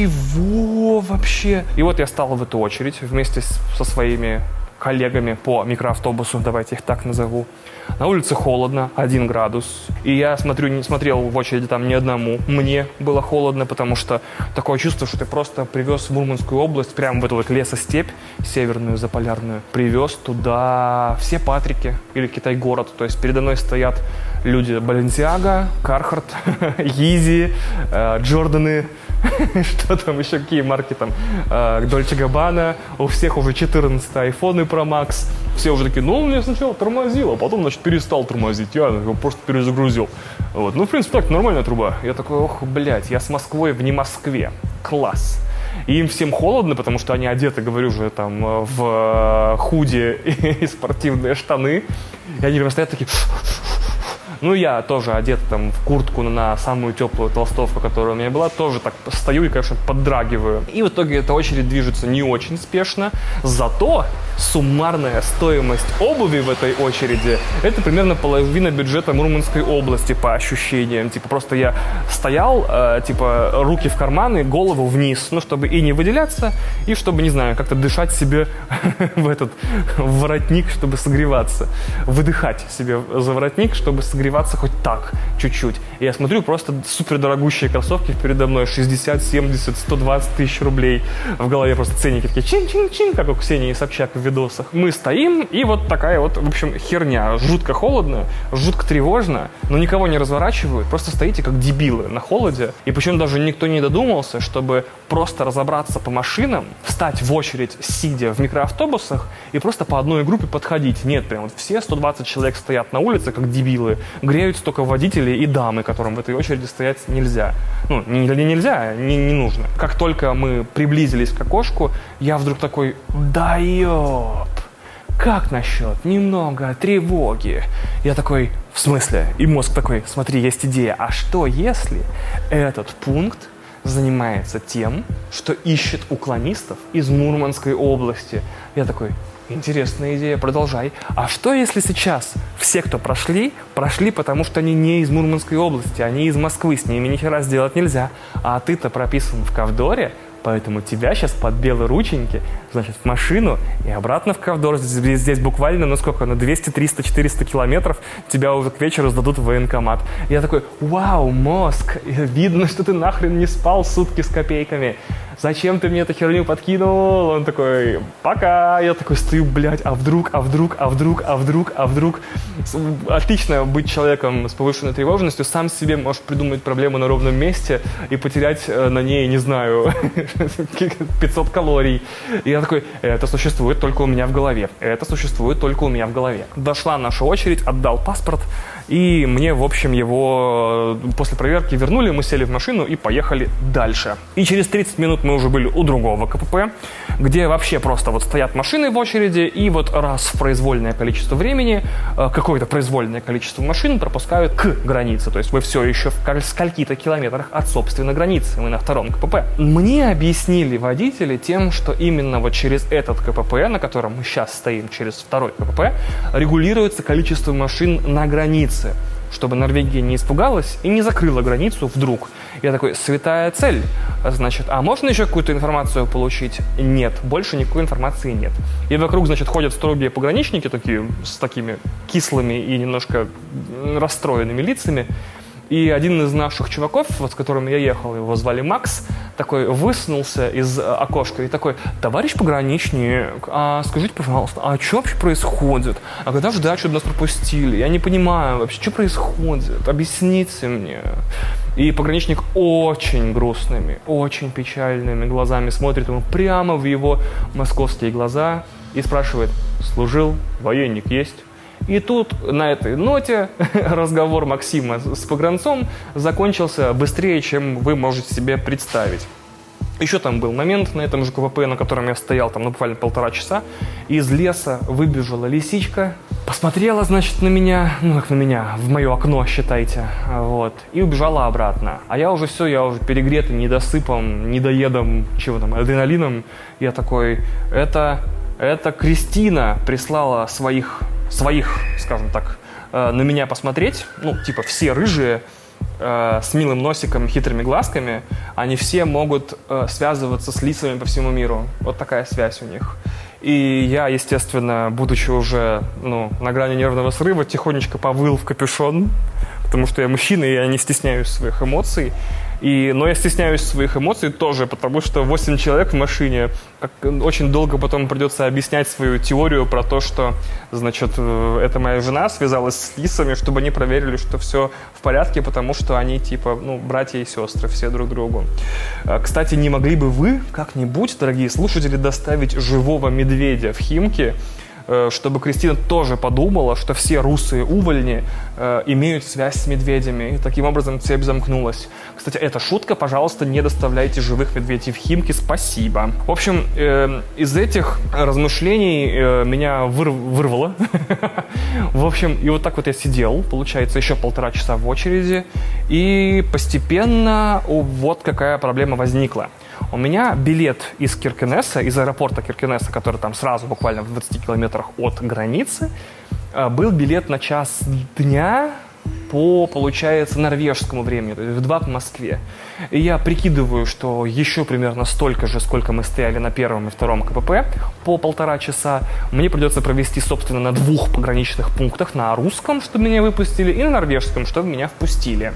чего вообще? И вот я стал в эту очередь вместе с, со своими коллегами по микроавтобусу, давайте их так назову. На улице холодно, один градус. И я смотрю, не смотрел в очереди там ни одному. Мне было холодно, потому что такое чувство, что ты просто привез в Мурманскую область, прямо в эту вот лесостепь северную, заполярную, привез туда все Патрики или Китай-город. То есть передо мной стоят люди Баленсиага, Кархарт, Йизи, Джорданы, что там еще, какие марки там, Дольче Габбана, у всех уже четырнадцать айфоны Pro Max. Все уже такие: ну, он мне сначала тормозил, а потом, значит, перестал тормозить. Я его просто перезагрузил. Вот. Ну, в принципе, так, нормальная труба. Я такой, ох, блядь, я с Москвой в не Москве. Класс. И им всем холодно, потому что они одеты, говорю же, там, в худи и спортивные штаны. И они прям стоят такие... Ну, я тоже одет там в куртку на самую теплую толстовку, которая у меня была, тоже так стою и, конечно, поддрагиваю. И в итоге эта очередь движется не очень спешно, зато суммарная стоимость обуви в этой очереди – это примерно половина бюджета Мурманской области по ощущениям. Типа просто я стоял, э, типа руки в карманы, голову вниз, ну, чтобы и не выделяться, и чтобы, не знаю, как-то дышать себе в этот в воротник, чтобы согреваться. Выдыхать себе за воротник, чтобы согреваться хоть так, чуть-чуть. И я смотрю, просто супердорогущие кроссовки передо мной, шестьдесят, семьдесят, сто двадцать тысяч рублей. В голове просто ценники такие чин-чин-чин, как у Ксении Собчак в видосах. Мы стоим, и вот такая вот, в общем, херня. Жутко холодно, жутко тревожно, но никого не разворачивают, просто стоите как дебилы на холоде. И причем даже никто не додумался, чтобы просто разобраться по машинам, встать в очередь, сидя в микроавтобусах, и просто по одной группе подходить. Нет, прям вот все сто двадцать человек стоят на улице, как дебилы, греются только водители и дамы, которым в этой очереди стоять нельзя. Ну, не, не нельзя, не, не нужно. Как только мы приблизились к окошку, я вдруг такой, да ёп, как насчет немного тревоги? Я такой, в смысле? И мозг такой, смотри, есть идея, а что если этот пункт занимается тем, что ищет уклонистов из Мурманской области? Я такой, интересная идея, продолжай. А что, если сейчас все, кто прошли, прошли, потому что они не из Мурманской области, они из Москвы, с ними ни хера сделать нельзя, а ты-то прописан в Ковдоре, поэтому тебя сейчас под белые рученьки, значит, в машину и обратно в Ковдор. Здесь, здесь буквально, ну сколько, на двести, триста, четыреста километров тебя уже к вечеру сдадут в военкомат. Я такой, вау, мозг, видно, что ты нахрен не спал сутки с копейками. Зачем ты мне эту херню подкинул? Он такой, пока. Я такой стою, блядь, а вдруг, а вдруг, а вдруг, а вдруг, а вдруг. Отлично быть человеком с повышенной тревожностью, сам себе можешь придумать проблему на ровном месте и потерять на ней, не знаю, пятьсот калорий. И я такой, это существует только у меня в голове. Это существует только у меня в голове. Дошла наша очередь, отдал паспорт. И мне, в общем, его после проверки вернули, мы сели в машину и поехали дальше. И через тридцать минут мы уже были у другого КПП, где вообще просто вот стоят машины в очереди, и вот раз в произвольное количество времени какое-то произвольное количество машин пропускают к границе. То есть вы все еще в скольки-то километрах от собственной границы. Мы на втором КПП. Мне объяснили водители тем, что именно вот через этот КПП, на котором мы сейчас стоим, через второй КПП, регулируется количество машин на границе, чтобы Норвегия не испугалась и не закрыла границу вдруг. Я такой, святая цель. Значит, а можно еще какую-то информацию получить? Нет, больше никакой информации нет. И вокруг, значит, ходят строгие пограничники такие, с такими кислыми и немножко расстроенными лицами. И один из наших чуваков, вот, с которым я ехал, его звали Макс, такой высунулся из окошка и такой, товарищ пограничник, а скажите, пожалуйста, а что вообще происходит? А когда ждать, чтобы нас пропустили? Я не понимаю вообще, что происходит? Объясните мне. И пограничник очень грустными, очень печальными глазами смотрит ему прямо в его московские глаза и спрашивает, служил, военник есть? И тут на этой ноте разговор Максима с погранцом закончился быстрее, чем вы можете себе представить. Еще там был момент на этом же КПП, на котором я стоял там ну, буквально полтора часа. Из леса выбежала лисичка, посмотрела, значит, на меня, ну как на меня, в мое окно, считайте, вот, и убежала обратно. А я уже все, я уже перегретый недосыпом, недоедом, чего там, адреналином. Я такой, это, это Кристина прислала своих... своих, скажем так, э, на меня посмотреть, ну, типа, все рыжие, э, с милым носиком, хитрыми глазками, они все могут э, связываться с лисами по всему миру. Вот такая связь у них. И я, естественно, будучи уже, ну, на грани нервного срыва, тихонечко повыл в капюшон, потому что я мужчина, и я не стесняюсь своих эмоций. И, но я стесняюсь своих эмоций тоже, потому что восемь человек в машине, как, очень долго потом придется объяснять свою теорию про то, что, значит, это моя жена связалась с лисами, чтобы они проверили, что все в порядке, потому что они, типа, ну, братья и сестры, все друг другу. Кстати, не могли бы вы как-нибудь, дорогие слушатели, доставить живого медведя в Химки? чтобы Кристина тоже подумала, что все русые увольни э, имеют связь с медведями. И таким образом цепь замкнулась. Кстати, эта шутка, пожалуйста, не доставляйте живых медведей в Химки, спасибо. В общем, э, из этих размышлений э, меня выр- вырвало. В общем, и вот так вот я сидел, получается, еще полтора часа в очереди. И постепенно вот какая проблема возникла. У меня билет из Киркенеса, из аэропорта Киркенеса, который там сразу буквально в двадцати километрах от границы, был билет на час дня по, получается, норвежскому времени, то есть в два по Москве. И я прикидываю, что еще примерно столько же, сколько мы стояли на первом и втором КПП, по полтора часа, мне придется провести, собственно, на двух пограничных пунктах, на русском, чтобы меня выпустили, и на норвежском, чтобы меня впустили.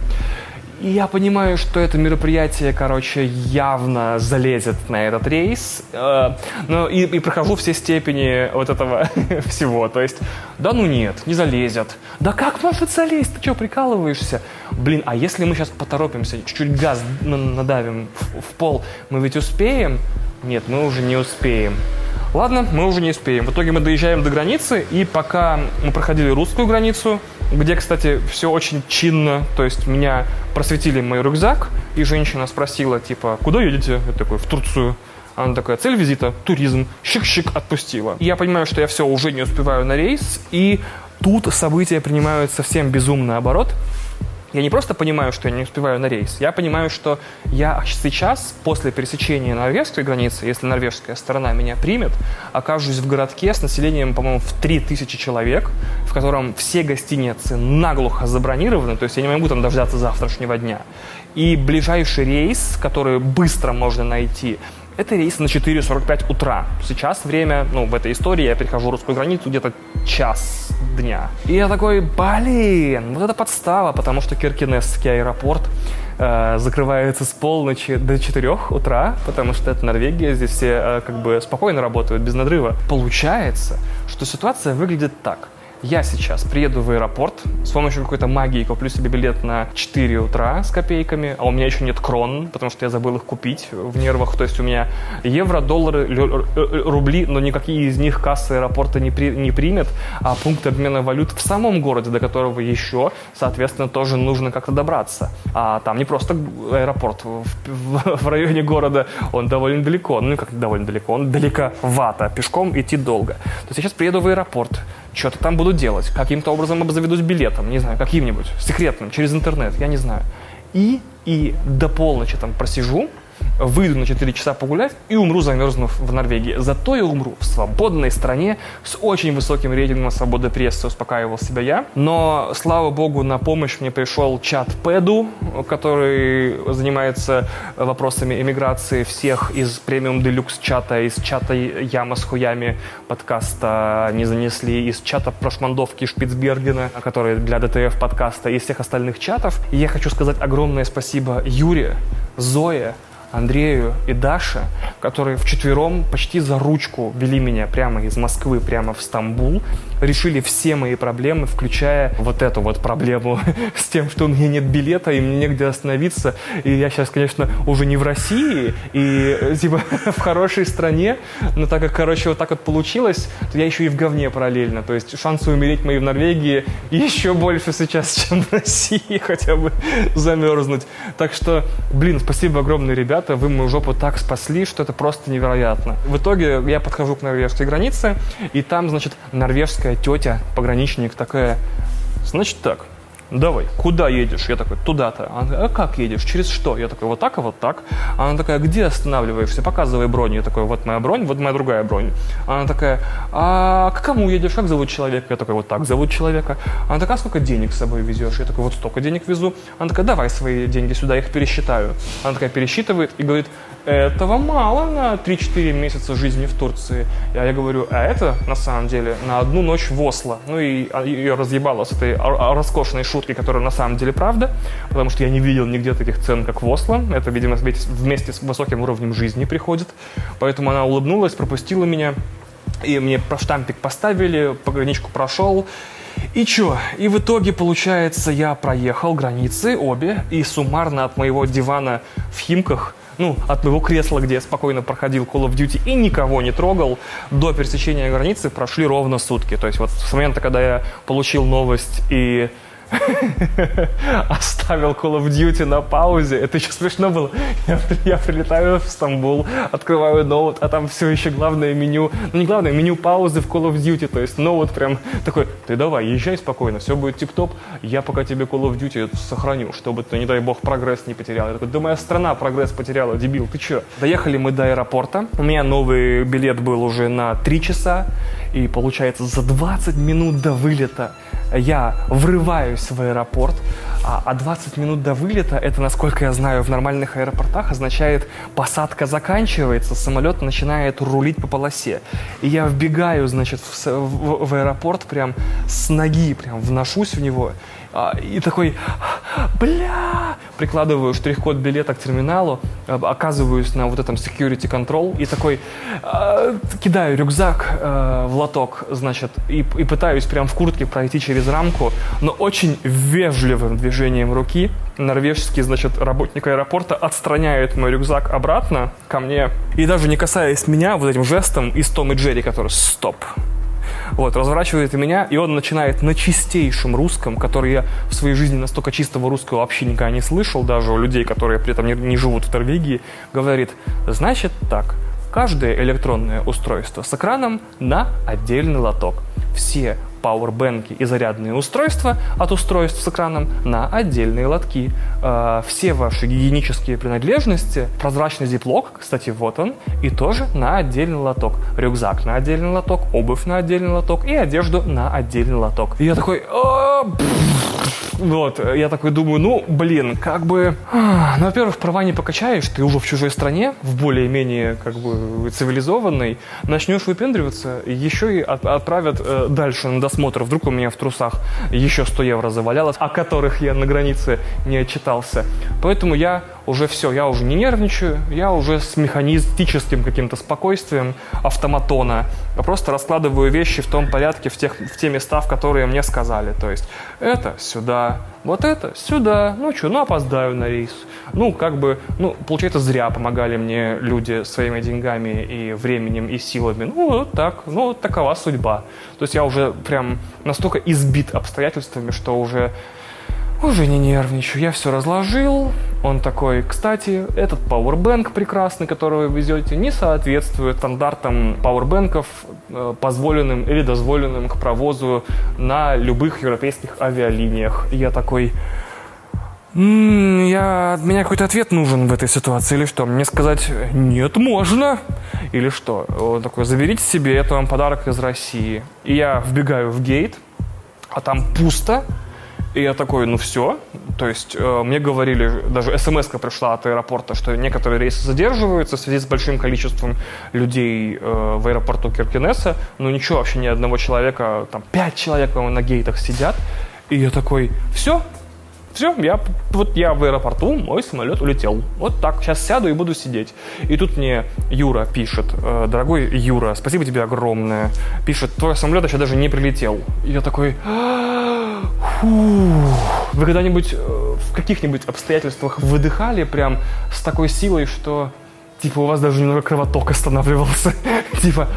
И я понимаю, что это мероприятие, короче, явно залезет на этот рейс. Э, ну, и, и прохожу все степени вот этого всего. То есть, да ну нет, не залезет. Да как может залезть? Ты что, прикалываешься? Блин, а если мы сейчас поторопимся, чуть-чуть газ надавим в, в пол, мы ведь успеем? Нет, мы уже не успеем. Ладно, мы уже не успеем. В итоге мы доезжаем до границы, и пока мы проходили русскую границу, где, кстати, все очень чинно, то есть меня просветили мой рюкзак, и женщина спросила, типа, куда едете? Я такой, в Турцию. Она такая, цель визита, туризм, щик-щик, отпустила. И я понимаю, что я все, уже не успеваю на рейс, и тут события принимают совсем безумный оборот. Я не просто понимаю, что я не успеваю на рейс, я понимаю, что я сейчас, после пересечения норвежской границы, если норвежская сторона меня примет, окажусь в городке с населением, по-моему, в три тысячи человек, в котором все гостиницы наглухо забронированы, то есть я не могу там дождаться завтрашнего дня. И ближайший рейс, который быстро можно найти, это рейс на четыре сорок пять утра. Сейчас время, ну, в этой истории я перехожу русскую границу где-то час дня. И я такой, блин, вот это подстава, потому что Киркенесский аэропорт э, закрывается с полночи до четырёх утра, потому что это Норвегия, здесь все э, как бы спокойно работают, без надрыва. Получается, что ситуация выглядит так. Я сейчас приеду в аэропорт, с помощью какой-то магии куплю себе билет на четыре утра с копейками, а у меня еще нет крон, потому что я забыл их купить в нервах. То есть у меня евро, доллары, рубли, но никакие из них кассы аэропорта не, при, не примет, а пункт обмена валют в самом городе, до которого еще, соответственно, тоже нужно как-то добраться. А там не просто аэропорт в, в, в районе города, он довольно далеко. Ну, как довольно далеко, он далековато, пешком идти долго. То есть я сейчас приеду в аэропорт, что-то там буду делать, каким-то образом обзаведусь билетом, не знаю, каким-нибудь, секретным, через интернет, я не знаю. И, и до полночи там просижу, выйду на четыре часа погулять и умру, замерзнув в Норвегии. Зато я умру в свободной стране с очень высоким рейтингом свободы прессы, успокаивал себя я. Но, слава богу, на помощь мне пришел чат Пэду, который занимается вопросами эмиграции всех из премиум делюкс чата, из чата Яма с хуями подкаста не занесли, из чата Прошмандовки Шпицбергена, который для ДТФ подкаста, и всех остальных чатов. И я хочу сказать огромное спасибо Юре, Зое, Андрею и Даше, которые вчетвером почти за ручку вели меня прямо из Москвы, прямо в Стамбул, решили все мои проблемы, включая вот эту вот проблему с тем, что у меня нет билета и мне негде остановиться. И я сейчас, конечно, уже не в России и типа в хорошей стране, но так как, короче, вот так вот получилось, то я еще и в говне параллельно. То есть шансы умереть мои в Норвегии еще больше сейчас, чем в России, хотя бы замерзнуть. Так что, блин, спасибо огромное, ребята. Вы мою жопу так спасли, что это просто невероятно. В итоге я подхожу к норвежской границе, и там, значит, норвежская тетя, пограничник такая, значит так, давай, куда едешь? Я такой, туда-то. Она такая, а как едешь? Через что? Я такой, вот так, а вот так. Она такая, где останавливаешься? Показывай бронь. Я такой, вот моя бронь, вот моя другая бронь. Она такая, а к кому едешь? Как зовут человека? Я такой, вот так зовут человека. Она такая, а сколько денег с собой везешь? Я такой, вот столько денег везу. Она такая, давай свои деньги сюда, я их пересчитаю. Она такая пересчитывает и говорит, этого мало на три-четыре месяца жизни в Турции. Я, я говорю, а это, на самом деле, на одну ночь в Осло. Ну и ее разъебало с этой роскошной шуткой, которая на самом деле правда, потому что я не видел нигде таких цен, как в Осло. Это, видимо, вместе с высоким уровнем жизни приходит. Поэтому она улыбнулась, пропустила меня, и мне штампик поставили, пограничку прошел. И чё? И в итоге, получается, я проехал границы обе, и суммарно от моего дивана в Химках ну, от моего кресла, где я спокойно проходил Call of Duty и никого не трогал, до пересечения границы прошли ровно сутки. То есть вот с момента, когда я получил новость и оставил Call of Duty на паузе. Это еще смешно было. Я, я прилетаю в Стамбул, открываю ноут, а там все еще главное меню. Ну, не главное, меню паузы в Call of Duty. То есть ноут прям такой: ты давай, езжай спокойно, все будет тип-топ. Я пока тебе Call of Duty сохраню, чтобы ты, не дай бог, прогресс не потерял. Я такой: да моя страна прогресс потеряла, дебил, ты че? Доехали мы до аэропорта. У меня новый билет был уже на три часа. И получается, за двадцать минут до вылета я врываюсь в аэропорт, а двадцать минут до вылета, это, насколько я знаю, в нормальных аэропортах означает, посадка заканчивается, самолет начинает рулить по полосе. И я вбегаю, значит, в, в, в аэропорт прям с ноги, прям вношусь в него, и такой: бля! Прикладываю штрих-код билета к терминалу, оказываюсь на вот этом security control и такой э, кидаю рюкзак э, в лоток, значит, и, и пытаюсь прям в куртке пройти через рамку, но очень вежливым движением руки норвежский, значит, работник аэропорта отстраняет мой рюкзак обратно ко мне и даже не касаясь меня вот этим жестом из Том и Джерри, который «стоп». Вот, разворачивает меня, и он начинает на чистейшем русском, который я в своей жизни настолько чистого русского вообще никогда не слышал, даже у людей, которые при этом не, не живут в Норвегии, говорит: значит так, каждое электронное устройство с экраном на отдельный лоток. Все пауэрбэнки и зарядные устройства от устройств с экраном на отдельные лотки. Э, все ваши гигиенические принадлежности, прозрачный зиплок, кстати, вот он, и тоже на отдельный лоток. Рюкзак на отдельный лоток, обувь на отдельный лоток и одежду на отдельный лоток. И я такой... Вот, я такой думаю, ну, блин, как бы... Ну, во-первых, права не покачаешь, ты уже в чужой стране, в более-менее, как бы, цивилизованной, начнешь выпендриваться, еще и от- отправят э, дальше на досмотр. Вдруг у меня в трусах еще сто евро завалялось, о которых я на границе не отчитался. Поэтому я уже все, я уже не нервничаю, я уже с механистическим каким-то спокойствием автоматона просто раскладываю вещи в том порядке, в, тех, в те места, в которые мне сказали. То есть это сюда, вот это сюда, ну что, ну опоздаю на рейс. Ну, как бы, ну, получается, зря помогали мне люди своими деньгами и временем, и силами. Ну, вот так, ну, вот такова судьба. То есть я уже прям настолько избит обстоятельствами, что уже... Уже не нервничаю, я все разложил. Он такой: кстати, этот пауэрбэнк прекрасный, который вы везете, не соответствует стандартам пауэрбэнков, позволенным или дозволенным к провозу на любых европейских авиалиниях. И я такой: м-м, я, от меня какой-то ответ нужен в этой ситуации или что? Мне сказать: нет, можно? Или что? Он такой: заберите себе, это вам подарок из России. И я вбегаю в гейт, а там пусто. И я такой: ну все. То есть э, мне говорили, даже смс-ка пришла от аэропорта, что некоторые рейсы задерживаются в связи с большим количеством людей э, в аэропорту Киркенеса. Ну ничего, вообще ни одного человека, там пять человек на гейтах сидят. И я такой: все, все, я, вот я в аэропорту, мой самолет улетел. Вот так, сейчас сяду и буду сидеть. И тут мне Юра пишет: э, дорогой Юра, спасибо тебе огромное. Пишет: твой самолет еще даже не прилетел. И я такой: фу. Вы когда-нибудь в каких-нибудь обстоятельствах выдыхали прям с такой силой, что типа у вас даже немного кровоток останавливался? Типа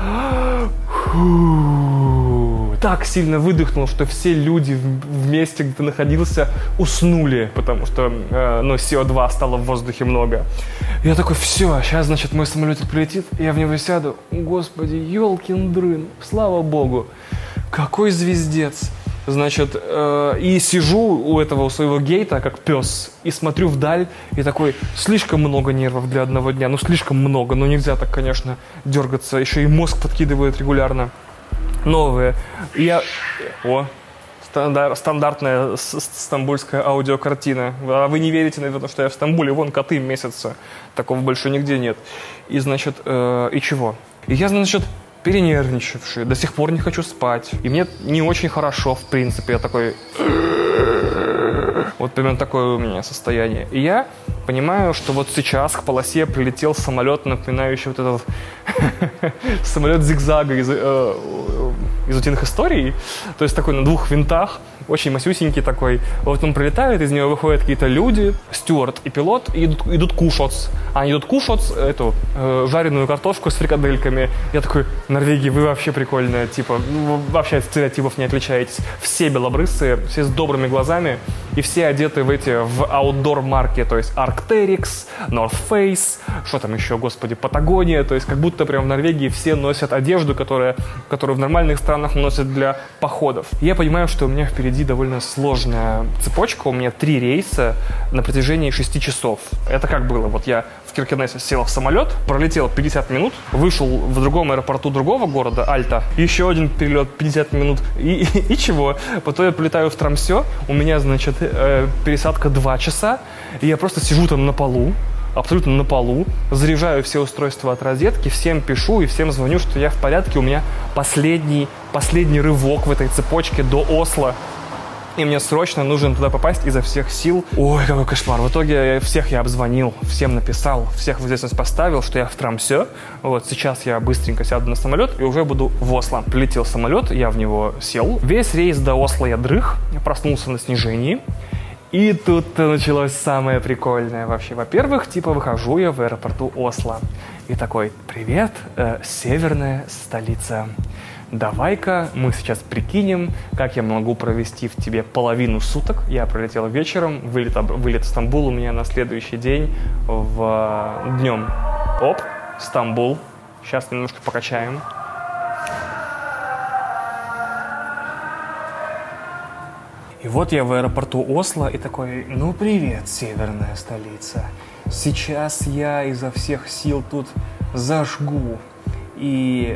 так сильно выдохнул, что все люди в месте, где ты находился, уснули, потому что э, ну, си о два стало в воздухе много. Я такой: все, сейчас, значит, мой самолетик прилетит, я в него сяду. Господи, ёлкин дрын, слава богу, какой звездец. Значит, э, и сижу у этого, у своего гейта, как пес, и смотрю вдаль, и такой: слишком много нервов для одного дня, ну слишком много, ну нельзя так, конечно, дергаться, еще и мозг подкидывает регулярно. Новые. И я... О, стандар... стандартная стамбульская аудиокартина. А вы не верите, наверное, что я в Стамбуле, вон коты месяца, такого больше нигде нет. И, значит, э, и чего? И я, значит, перенервничавший, до сих пор не хочу спать. И мне не очень хорошо, в принципе. Я такой... Вот примерно такое у меня состояние. И я понимаю, что вот сейчас к полосе прилетел самолет, напоминающий вот этот самолет зигзага из, э, из утиных историй, то есть такой на двух винтах, очень масюсенький такой. Вот он прилетает, из него выходят какие-то люди, стюард и пилот, и идут, идут кушать. Они идут кушать эту э, жареную картошку с фрикадельками. Я такой, Норвегия, вы вообще прикольные, типа, ну, вообще от стереотипов не отличаетесь. Все белобрысые, все с добрыми глазами, и все одеты в эти, в аутдор-марки, то есть Arc'teryx, North Face, что там еще, господи, Патагония, то есть как будто прям в Норвегии все носят одежду, которая, которую в нормальных странах носят для походов. Я понимаю, что у меня впереди довольно сложная цепочка, у меня три рейса на протяжении шести часов. Это как было? Вот я в Киркенесе сел в самолет, пролетел пятьдесят минут, вышел в другом аэропорту другого города, Альта, еще один перелет пятьдесят минут, и, и, и чего? Потом я прилетаю в Тромсё, у меня, значит, э, пересадка два часа, и я просто сижу там на полу, абсолютно на полу, заряжаю все устройства от розетки, всем пишу и всем звоню, что я в порядке, у меня последний, последний рывок в этой цепочке до Осло. И мне срочно нужно туда попасть изо всех сил. Ой, какой кошмар. В итоге всех я обзвонил, всем написал, всех в известность поставил, что я в Тромсё. Вот сейчас я быстренько сяду на самолет и уже буду в Осло. Прилетел самолет, я в него сел. Весь рейс до Осло я дрых, я проснулся на снижении. И тут началось самое прикольное вообще. Во-первых, типа выхожу я в аэропорту Осло. И такой, привет, э, северная столица. Давай-ка мы сейчас прикинем, как я могу провести в тебе половину суток. Я прилетел вечером, вылет, вылет в Стамбул у меня на следующий день в днем. Оп, Стамбул. Сейчас немножко покачаем. И вот я в аэропорту Осло и такой, ну привет, северная столица. Сейчас я изо всех сил тут зажгу. И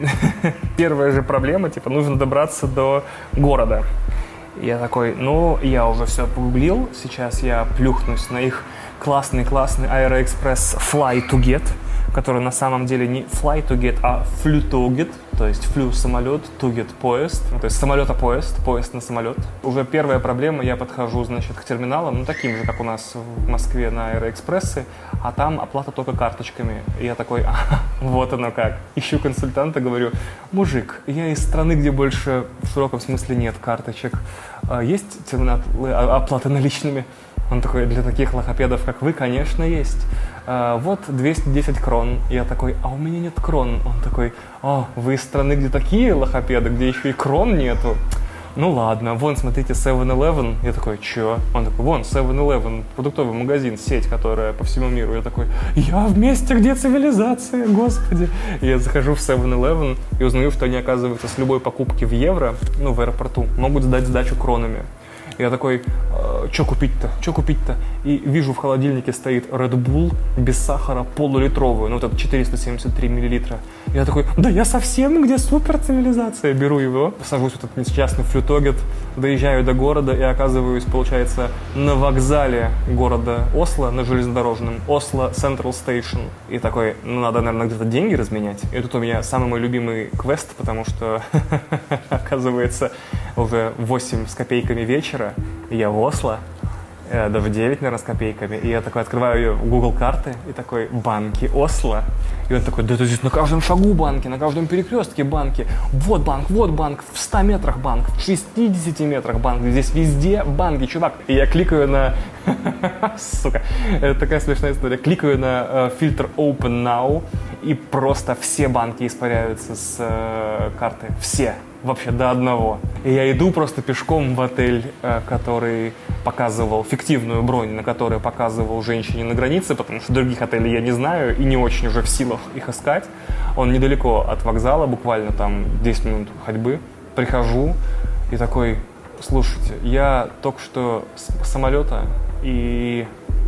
первая же проблема, типа, нужно добраться до города. Я такой, ну, я уже все погуглил, сейчас я плюхнусь на их классный-классный Аэроэкспресс Fly to Get, который на самом деле не Fly to Get, а Fly to Get, то есть флю самолет, to get поезд, то есть самолета поезд, поезд на самолет. Уже первая проблема, я подхожу, значит, к терминалам, ну, таким же, как у нас в Москве на Аэроэкспрессе, а там оплата только карточками. И я такой, а, вот оно как. Ищу консультанта, говорю, мужик, я из страны, где больше в широком смысле нет карточек. Есть терминал оплаты наличными? Он такой, для таких лохопедов, как вы, конечно, есть. А, вот двести десять крон. Я такой, а у меня нет крон. Он такой, о, вы из страны, где такие лохопеды, где еще и крон нету? Ну ладно, вон, смотрите, севен элевен. Я такой, чё? Он такой, вон, севен элевен, продуктовый магазин, сеть, которая по всему миру. Я такой, я в месте, где цивилизация, господи. И я захожу в севен элевен и узнаю, что они, оказывается, с любой покупки в евро, ну, в аэропорту, могут сдать сдачу кронами. Я такой, э, что купить-то, что купить-то? И вижу, в холодильнике стоит Red Bull без сахара полулитровую, ну вот это четыреста семьдесят три миллилитра. Я такой, да я совсем где супер цивилизация. Беру его, сажусь в этот несчастный Fly to Get, доезжаю до города и оказываюсь, получается, на вокзале города Осло, на железнодорожном, Осло Central Station. И такой, ну надо, наверное, где-то деньги разменять. И тут у меня самый мой любимый квест, потому что, оказывается, уже восемь с копейками вечера, я в Осло, э, да в девять, наверное, с копейками, и я такой открываю ее в Google карты, и такой, банки Осло, и он такой, да это здесь на каждом шагу банки, на каждом перекрестке банки, вот банк, вот банк, в ста метрах банк, в шестидесяти метрах банк, здесь везде банки, чувак. И я кликаю на, сука, это такая смешная история, кликаю на э, фильтр Open Now, и просто все банки испаряются с э, карты, все. Вообще до одного. И я иду просто пешком в отель, который показывал, фиктивную бронь, на которой показывал женщине на границе, потому что других отелей я не знаю и не очень уже в силах их искать. Он недалеко от вокзала, буквально там десять минут ходьбы. Прихожу и такой, слушайте, я только что с самолета, и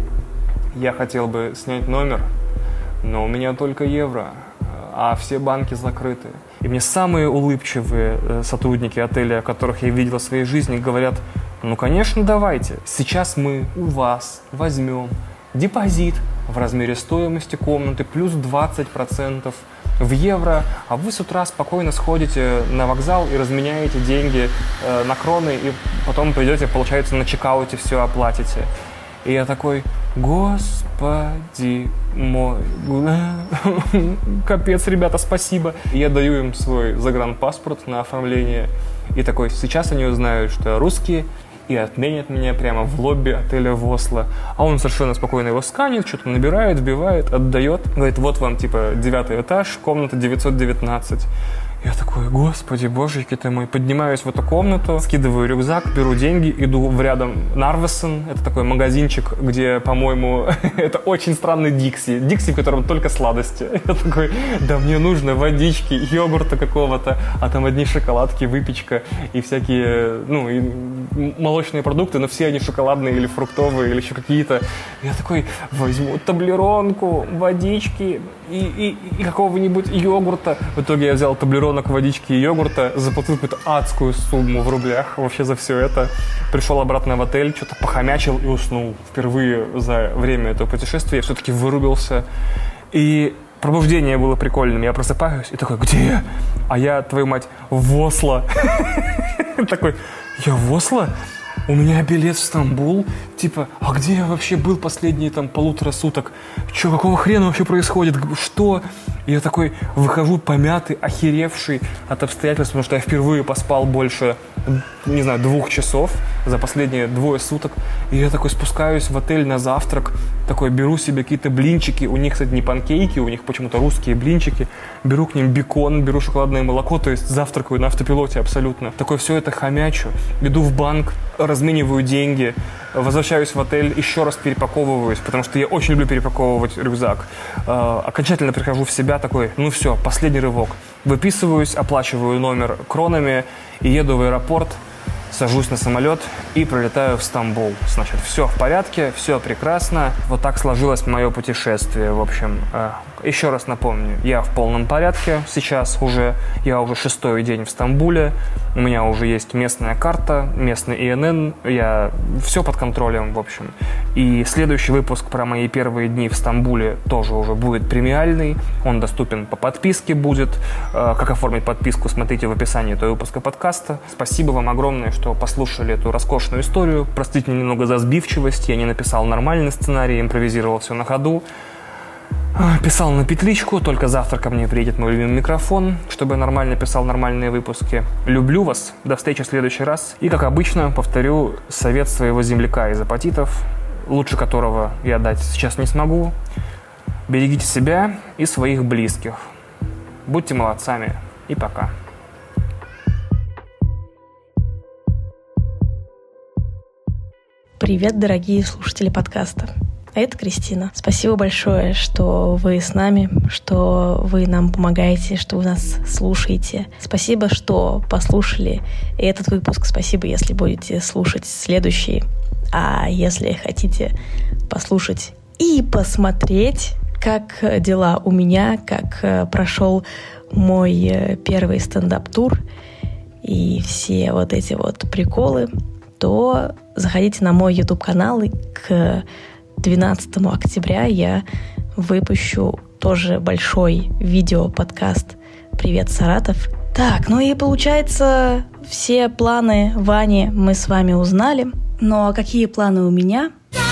я хотел бы снять номер, но у меня только евро, а все банки закрыты. И мне самые улыбчивые э, сотрудники отеля, которых я видел в своей жизни, говорят, ну, конечно, давайте. Сейчас мы у вас возьмем депозит в размере стоимости комнаты плюс двадцать процентов в евро, а вы с утра спокойно сходите на вокзал и разменяете деньги э, на кроны, и потом придете, получается, на чекауте все оплатите. И я такой: господи мой, капец, ребята, спасибо. И я даю им свой загранпаспорт на оформление. И такой: сейчас они узнают, что я русский, и отменят меня прямо в лобби отеля в Осло. А он совершенно спокойно его сканит, что-то набирает, вбивает, отдает. Говорит: вот вам, типа, девятый этаж, комната девятьсот девятнадцать. Я такой: господи, божечки ты мой. Поднимаюсь в эту комнату, скидываю рюкзак, беру деньги, иду в рядом Нарвесен. Это такой магазинчик, где, по-моему, это очень странный Дикси. Дикси, в котором только сладости. Я такой: да мне нужно водички, йогурта какого-то, а там одни шоколадки, выпечка и всякие, ну, и молочные продукты, но все они шоколадные или фруктовые, или еще какие-то. Я такой: возьму таблеронку, водички и, и, и какого-нибудь йогурта. В итоге я взял таблеронку, водички и йогурта, заплатил какую-то адскую сумму в рублях вообще за все это. Пришел обратно в отель, что-то похомячил и уснул. Впервые за время этого путешествия я все-таки вырубился. И пробуждение было прикольным. Я просыпаюсь и такой: где я? А я, твою мать, в Осло. Такой: я в Осло? У меня билет в Стамбул. Типа, а где я вообще был последние там полутора суток? Че, какого хрена вообще происходит? Что? И я такой выхожу помятый, охеревший от обстоятельств, потому что я впервые поспал больше, не знаю, двух часов за последние двое суток. И я такой спускаюсь в отель на завтрак, такой беру себе какие-то блинчики. У них, кстати, не панкейки, у них почему-то русские блинчики. Беру к ним бекон, беру шоколадное молоко, то есть завтракаю на автопилоте абсолютно. Такой все это хомячу. Иду в банк, размениваю деньги, возвращаюсь в отель, еще раз перепаковываюсь, потому что я очень люблю перепаковывать рюкзак. Э, окончательно прихожу в себя, такой: ну все, последний рывок. Выписываюсь, оплачиваю номер кронами и еду в аэропорт, сажусь на самолет и прилетаю в Стамбул. Значит, все в порядке, все прекрасно. Вот так сложилось мое путешествие, в общем. Э, еще раз напомню, я в полном порядке сейчас уже. Я уже шестой день в Стамбуле. У меня уже есть местная карта, местный И Эн Эн. Я все под контролем, в общем. И следующий выпуск про мои первые дни в Стамбуле тоже уже будет премиальный. Он доступен по подписке будет. Э, как оформить подписку, смотрите в описании этого выпуска подкаста. Спасибо вам огромное, что послушали эту роскошную историю. Простите немного за сбивчивость. Я не написал нормальный сценарий, импровизировал все на ходу. Писал на петличку, только завтра ко мне приедет мой любимый микрофон, чтобы я нормально писал нормальные выпуски. Люблю вас, до встречи в следующий раз. И, как обычно, повторю совет своего земляка из апатитов, лучше которого я дать сейчас не смогу. Берегите себя и своих близких. Будьте молодцами. И пока. Привет, дорогие слушатели подкаста. Это Кристина. Спасибо большое, что вы с нами, что вы нам помогаете, что вы нас слушаете. Спасибо, что послушали этот выпуск. Спасибо, если будете слушать следующий. А если хотите послушать и посмотреть, как дела у меня, как прошел мой первый стендап-тур и все вот эти вот приколы, то заходите на мой YouTube-канал, и к двенадцатому октября я выпущу тоже большой видео-подкаст «Привет, Саратов». Так, ну и получается, все планы Вани мы с вами узнали. Но какие планы у меня?